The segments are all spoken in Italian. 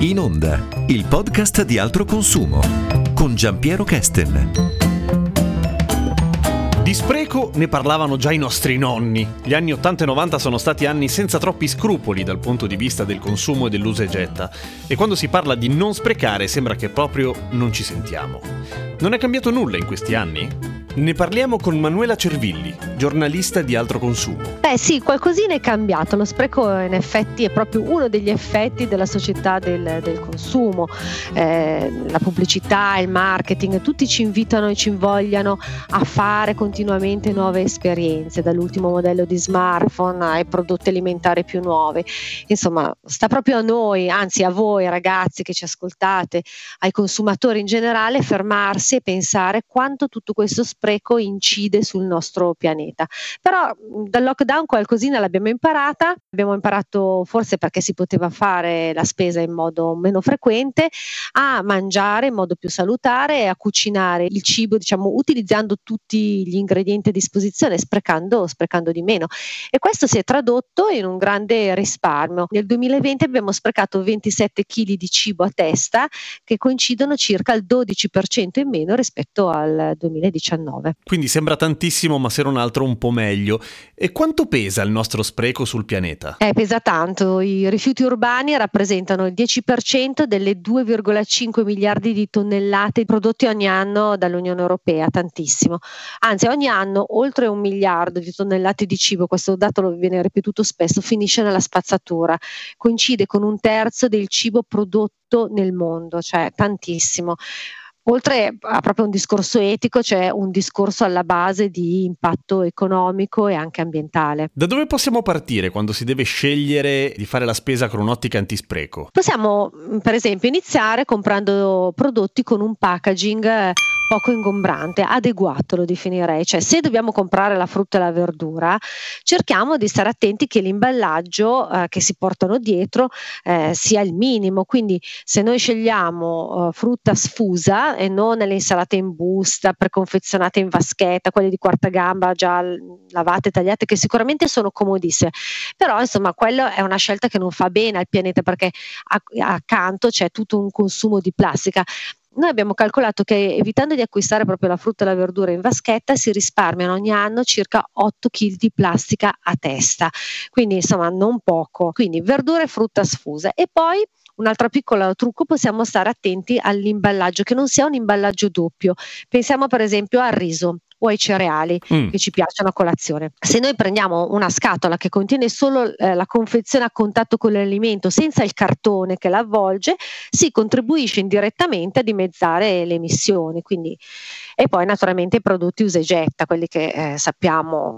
In onda, il podcast di Altro Consumo con Giampiero Kesten. Di spreco ne parlavano già i nostri nonni. Gli anni 80 e 90 sono stati anni senza troppi scrupoli dal punto di vista del consumo e dell'usa e getta. E quando si parla di non sprecare sembra che proprio non ci sentiamo. Non è cambiato nulla in questi anni? Ne parliamo con Manuela Cervilli, giornalista di Altro Consumo. Sì, qualcosina è cambiato. Lo spreco in effetti è proprio uno degli effetti della società del consumo. La pubblicità, il marketing, tutti ci invitano e ci invogliano a fare continuamente nuove esperienze, dall'ultimo modello di smartphone ai prodotti alimentari più nuovi. Insomma, sta proprio a noi, anzi a voi ragazzi che ci ascoltate, ai consumatori in generale, fermarsi e pensare quanto tutto questo spreco incide sul nostro pianeta. Però dal lockdown qualcosina l'abbiamo imparata, abbiamo imparato forse perché si poteva fare la spesa in modo meno frequente, a mangiare in modo più salutare e a cucinare il cibo, utilizzando tutti gli ingredienti a disposizione, sprecando di meno. E questo si è tradotto in un grande risparmio. Nel 2020 abbiamo sprecato 27 kg di cibo a testa, che coincidono circa al 12% in meno rispetto al 2019. Quindi sembra tantissimo, ma se non altro un po' meglio. E quanto pesa il nostro spreco sul pianeta? Pesa tanto. I rifiuti urbani rappresentano il 10% delle 2,5 miliardi di tonnellate prodotte ogni anno dall'Unione Europea, tantissimo. Anzi, ogni anno oltre 1 miliardo di tonnellate di cibo, questo dato lo viene ripetuto spesso, finisce nella spazzatura. Coincide con 1/3 del cibo prodotto nel mondo, cioè tantissimo. Oltre a proprio un discorso etico, c'è un discorso alla base di impatto economico e anche ambientale. Da dove possiamo partire quando si deve scegliere di fare la spesa con un'ottica antispreco? Possiamo, per esempio, iniziare comprando prodotti con un packaging poco ingombrante, adeguato lo definirei. Cioè, se dobbiamo comprare la frutta e la verdura, cerchiamo di stare attenti che l'imballaggio che si portano dietro sia il minimo. Quindi se noi scegliamo frutta sfusa e non le insalate in busta, preconfezionate in vaschetta, quelle di quarta gamba già lavate, tagliate, che sicuramente sono comodissime, però insomma quello è una scelta che non fa bene al pianeta, perché accanto c'è tutto un consumo di plastica. Noi abbiamo calcolato che evitando di acquistare proprio la frutta e la verdura in vaschetta si risparmiano ogni anno circa 8 kg di plastica a testa, quindi insomma non poco. Quindi verdura e frutta sfusa. E poi un altro piccolo trucco: possiamo stare attenti all'imballaggio, che non sia un imballaggio doppio. Pensiamo per esempio al riso o ai cereali che ci piacciono a colazione. Se noi prendiamo una scatola che contiene solo la confezione a contatto con l'alimento, senza il cartone che la avvolge, si contribuisce indirettamente a dimezzare le emissioni. Quindi, e poi naturalmente i prodotti usa e getta, quelli che sappiamo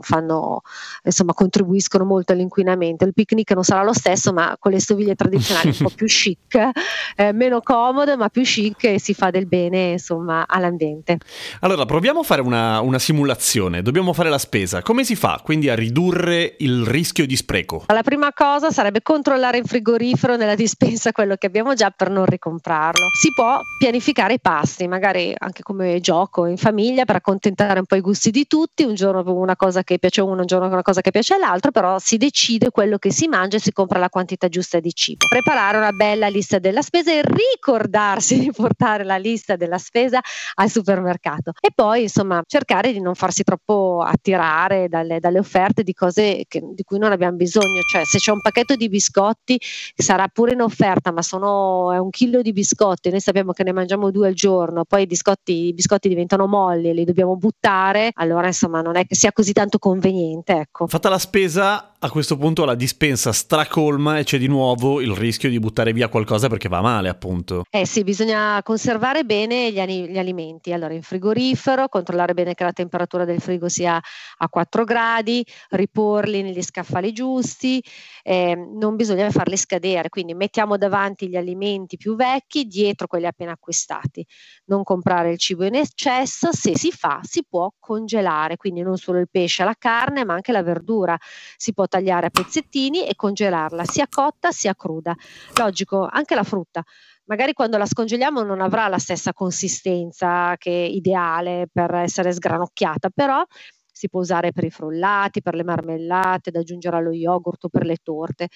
contribuiscono molto all'inquinamento. Il picnic non sarà lo stesso, ma con le stoviglie tradizionali un po' più chic, meno comodo ma più chic, e si fa del bene insomma all'ambiente. Allora proviamo a fare una simulazione. Dobbiamo fare la spesa. Come si fa quindi a ridurre il rischio di spreco? La prima cosa sarebbe controllare in frigorifero, nella dispensa, quello che abbiamo già, per non ricomprarlo. Si può pianificare i pasti, magari anche come gioco in famiglia, per accontentare un po' i gusti di tutti. Un giorno una cosa che piace a uno, un giorno una cosa che piace all'altro, però si decide quello che si mangia e si compra la quantità giusta di cibo. Preparare una bella lista della spesa e ricordarsi di portare la lista della spesa al supermercato. E poi insomma cercare di non farsi troppo attirare dalle offerte di cose di cui non abbiamo bisogno. Cioè, se c'è un pacchetto di biscotti, sarà pure in offerta, ma è 1 chilo di biscotti, noi sappiamo che ne mangiamo 2 al giorno, poi i biscotti diventano molli e li dobbiamo buttare, allora insomma non è che sia così tanto conveniente, ecco. Fatta la spesa, a questo punto la dispensa stracolma e c'è di nuovo il rischio di buttare via qualcosa perché va male, appunto. Sì, bisogna conservare bene gli alimenti. Allora, in frigorifero, controllare bene che la temperatura del frigo sia a 4 gradi, riporli negli scaffali giusti, non bisogna farli scadere, quindi mettiamo davanti gli alimenti più vecchi, dietro quelli appena acquistati. Non comprare il cibo in eccesso. Se si può congelare, quindi non solo il pesce e la carne, ma anche la verdura. Si può tagliare a pezzettini e congelarla, sia cotta sia cruda. Logico, anche la frutta. Magari quando la scongeliamo non avrà la stessa consistenza che ideale per essere sgranocchiata, però si può usare per i frullati, per le marmellate, da aggiungere allo yogurt o per le torte.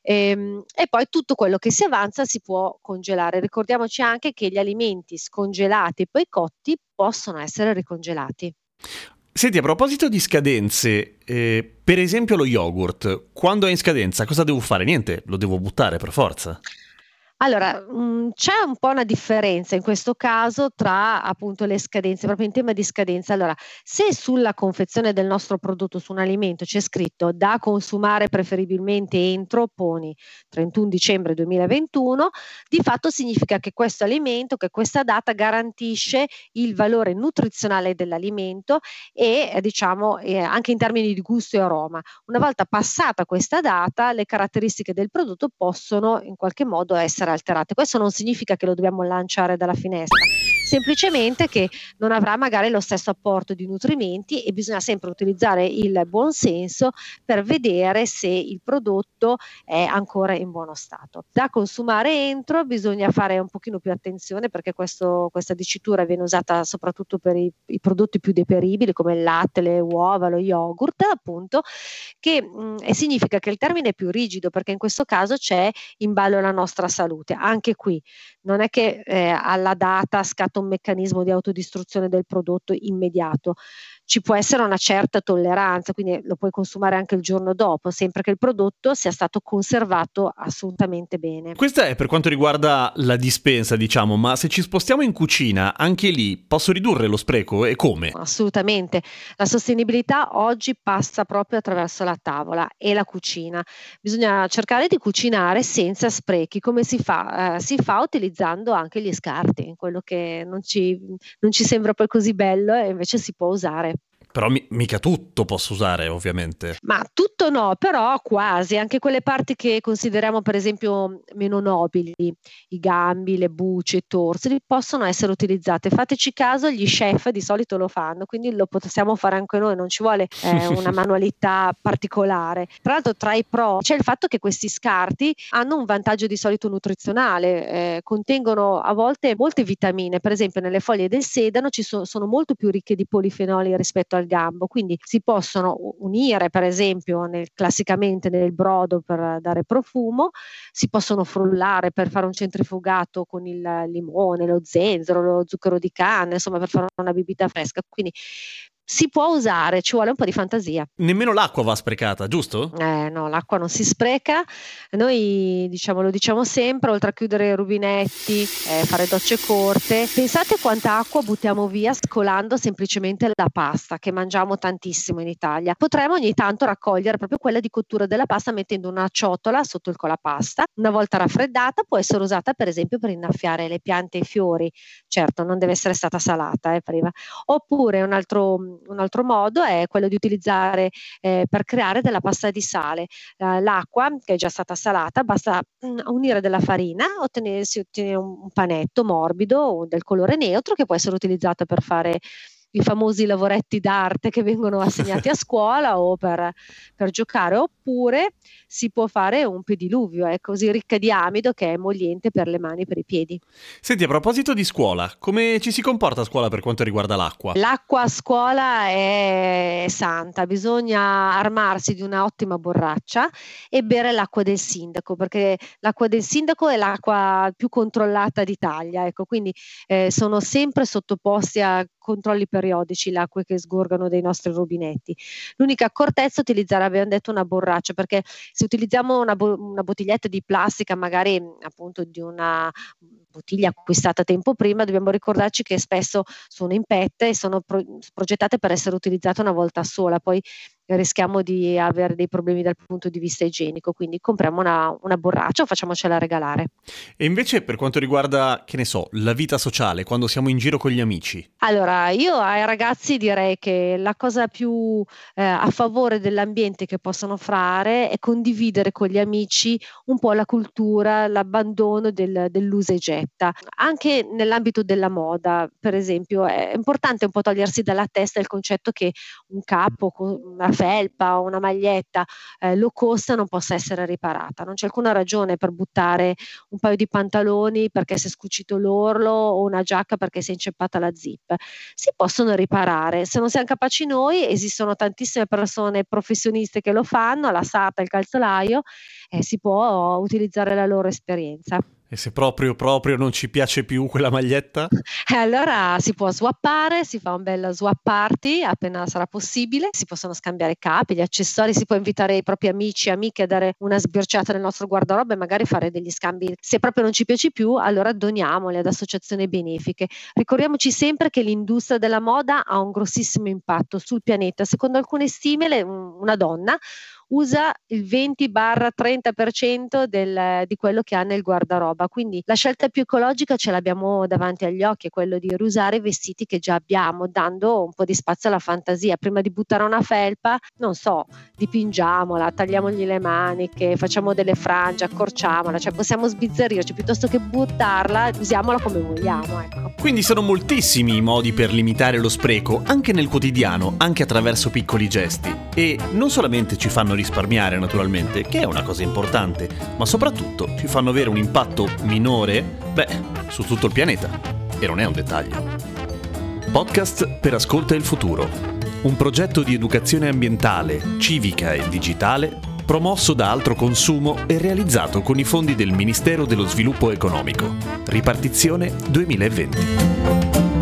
E poi tutto quello che si avanza si può congelare. Ricordiamoci anche che gli alimenti scongelati e poi cotti possono essere ricongelati. Senti, a proposito di scadenze, per esempio lo yogurt, quando è in scadenza cosa devo fare? Niente, lo devo buttare per forza. Allora, c'è un po' una differenza in questo caso tra appunto le scadenze, proprio in tema di scadenza. Allora, se sulla confezione del nostro prodotto, su un alimento c'è scritto da consumare preferibilmente entro, poni 31 dicembre 2021, di fatto significa che questo alimento, che questa data garantisce il valore nutrizionale dell'alimento e diciamo anche in termini di gusto e aroma. Una volta passata questa data, le caratteristiche del prodotto possono in qualche modo essere alterate. Questo non significa che lo dobbiamo lanciare dalla finestra, semplicemente che non avrà magari lo stesso apporto di nutrimenti e bisogna sempre utilizzare il buon senso per vedere se il prodotto è ancora in buono stato. Da consumare entro bisogna fare un pochino più attenzione perché questa dicitura viene usata soprattutto per i prodotti più deperibili come il latte, le uova, lo yogurt, appunto, che significa che il termine è più rigido perché in questo caso c'è in ballo la nostra salute. Anche qui non è che alla data scatta un meccanismo di autodistruzione del prodotto immediato. Ci può essere una certa tolleranza, quindi lo puoi consumare anche il giorno dopo, sempre che il prodotto sia stato conservato assolutamente bene. Questa è per quanto riguarda la dispensa, diciamo, ma se ci spostiamo in cucina, anche lì posso ridurre lo spreco e come? Assolutamente. La sostenibilità oggi passa proprio attraverso la tavola e la cucina. Bisogna cercare di cucinare senza sprechi. Come si fa? Si fa utilizzando anche gli scarti, quello che non ci sembra poi così bello e invece si può usare. Però mica tutto posso usare, ovviamente. Ma tutto no, però quasi, anche quelle parti che consideriamo per esempio meno nobili, i gambi, le bucce, i torsi, possono essere utilizzate. Fateci caso, gli chef di solito lo fanno, quindi lo possiamo fare anche noi, non ci vuole una manualità particolare. Tra l'altro tra i pro c'è il fatto che questi scarti hanno un vantaggio di solito nutrizionale, contengono a volte molte vitamine, per esempio nelle foglie del sedano sono molto più ricche di polifenoli rispetto al gambo, quindi si possono unire per esempio classicamente nel brodo per dare profumo, si possono frullare per fare un centrifugato con il limone, lo zenzero, lo zucchero di canna, insomma per fare una bibita fresca, quindi si può usare, ci vuole un po' di fantasia. Nemmeno l'acqua va sprecata, giusto? No, l'acqua non si spreca. Noi lo diciamo sempre, oltre a chiudere i rubinetti, fare docce corte, pensate quanta acqua buttiamo via scolando semplicemente la pasta, che mangiamo tantissimo in Italia. Potremmo ogni tanto raccogliere proprio quella di cottura della pasta mettendo una ciotola sotto il colapasta. Una volta raffreddata può essere usata per esempio per innaffiare le piante e i fiori. Certo, non deve essere stata salata prima. Oppure un altro modo è quello di utilizzare per creare della pasta di sale. L'acqua che è già stata salata basta unire della farina, si ottiene un panetto morbido del colore neutro che può essere utilizzato per fare i famosi lavoretti d'arte che vengono assegnati a scuola o per giocare, oppure si può fare un pediluvio, è così ricca di amido che è emolliente per le mani e per i piedi. Senti, a proposito di scuola, come ci si comporta a scuola per quanto riguarda l'acqua? L'acqua a scuola è santa, bisogna armarsi di una ottima borraccia e bere l'acqua del sindaco, perché l'acqua del sindaco è l'acqua più controllata d'Italia, ecco, quindi sono sempre sottoposti a controlli periodici le acque che sgorgano dai nostri rubinetti. L'unica accortezza è utilizzare, abbiamo detto, una borraccia, perché se utilizziamo una bottiglietta di plastica, magari appunto di una bottiglia acquistata tempo prima, dobbiamo ricordarci che spesso sono in PET e sono progettate per essere utilizzate una volta sola, poi rischiamo di avere dei problemi dal punto di vista igienico, quindi compriamo una borraccia o facciamocela regalare. E invece per quanto riguarda, che ne so, la vita sociale, quando siamo in giro con gli amici? Allora, io ai ragazzi direi che la cosa più a favore dell'ambiente che possono fare è condividere con gli amici un po' la cultura, l'abbandono dell'usa e getta. getta. Anche nell'ambito della moda, per esempio, è importante un po' togliersi dalla testa il concetto che un capo, una felpa o una maglietta low cost non possa essere riparata. Non c'è alcuna ragione per buttare un paio di pantaloni perché si è scucito l'orlo o una giacca perché si è inceppata la zip. Si possono riparare, se non siamo capaci noi esistono tantissime persone professioniste che lo fanno, la sarta, il calzolaio, e si può utilizzare la loro esperienza. E se proprio non ci piace più quella maglietta? Allora si può swappare, si fa un bel swap party appena sarà possibile, si possono scambiare capi, gli accessori, si può invitare i propri amici e amiche a dare una sbirciata nel nostro guardaroba e magari fare degli scambi. Se proprio non ci piace più, allora doniamoli ad associazioni benefiche. Ricordiamoci sempre che l'industria della moda ha un grossissimo impatto sul pianeta. Secondo alcune stime una donna usa il 20-30% di quello che ha nel guardaroba, quindi la scelta più ecologica ce l'abbiamo davanti agli occhi, è quello di riusare i vestiti che già abbiamo, dando un po' di spazio alla fantasia. Prima di buttare una felpa, non so, dipingiamola, tagliamogli le maniche, facciamo delle frange, accorciamola, cioè possiamo sbizzarrirci, piuttosto che buttarla, usiamola come vogliamo, ecco. Quindi sono moltissimi i modi per limitare lo spreco, anche nel quotidiano, anche attraverso piccoli gesti. E non solamente ci fanno risparmiare naturalmente, che è una cosa importante, ma soprattutto ci fanno avere un impatto minore, su tutto il pianeta. E non è un dettaglio. Podcast per Ascolta il Futuro. Un progetto di educazione ambientale, civica e digitale promosso da Altro Consumo e realizzato con i fondi del Ministero dello Sviluppo Economico. Ripartizione 2020.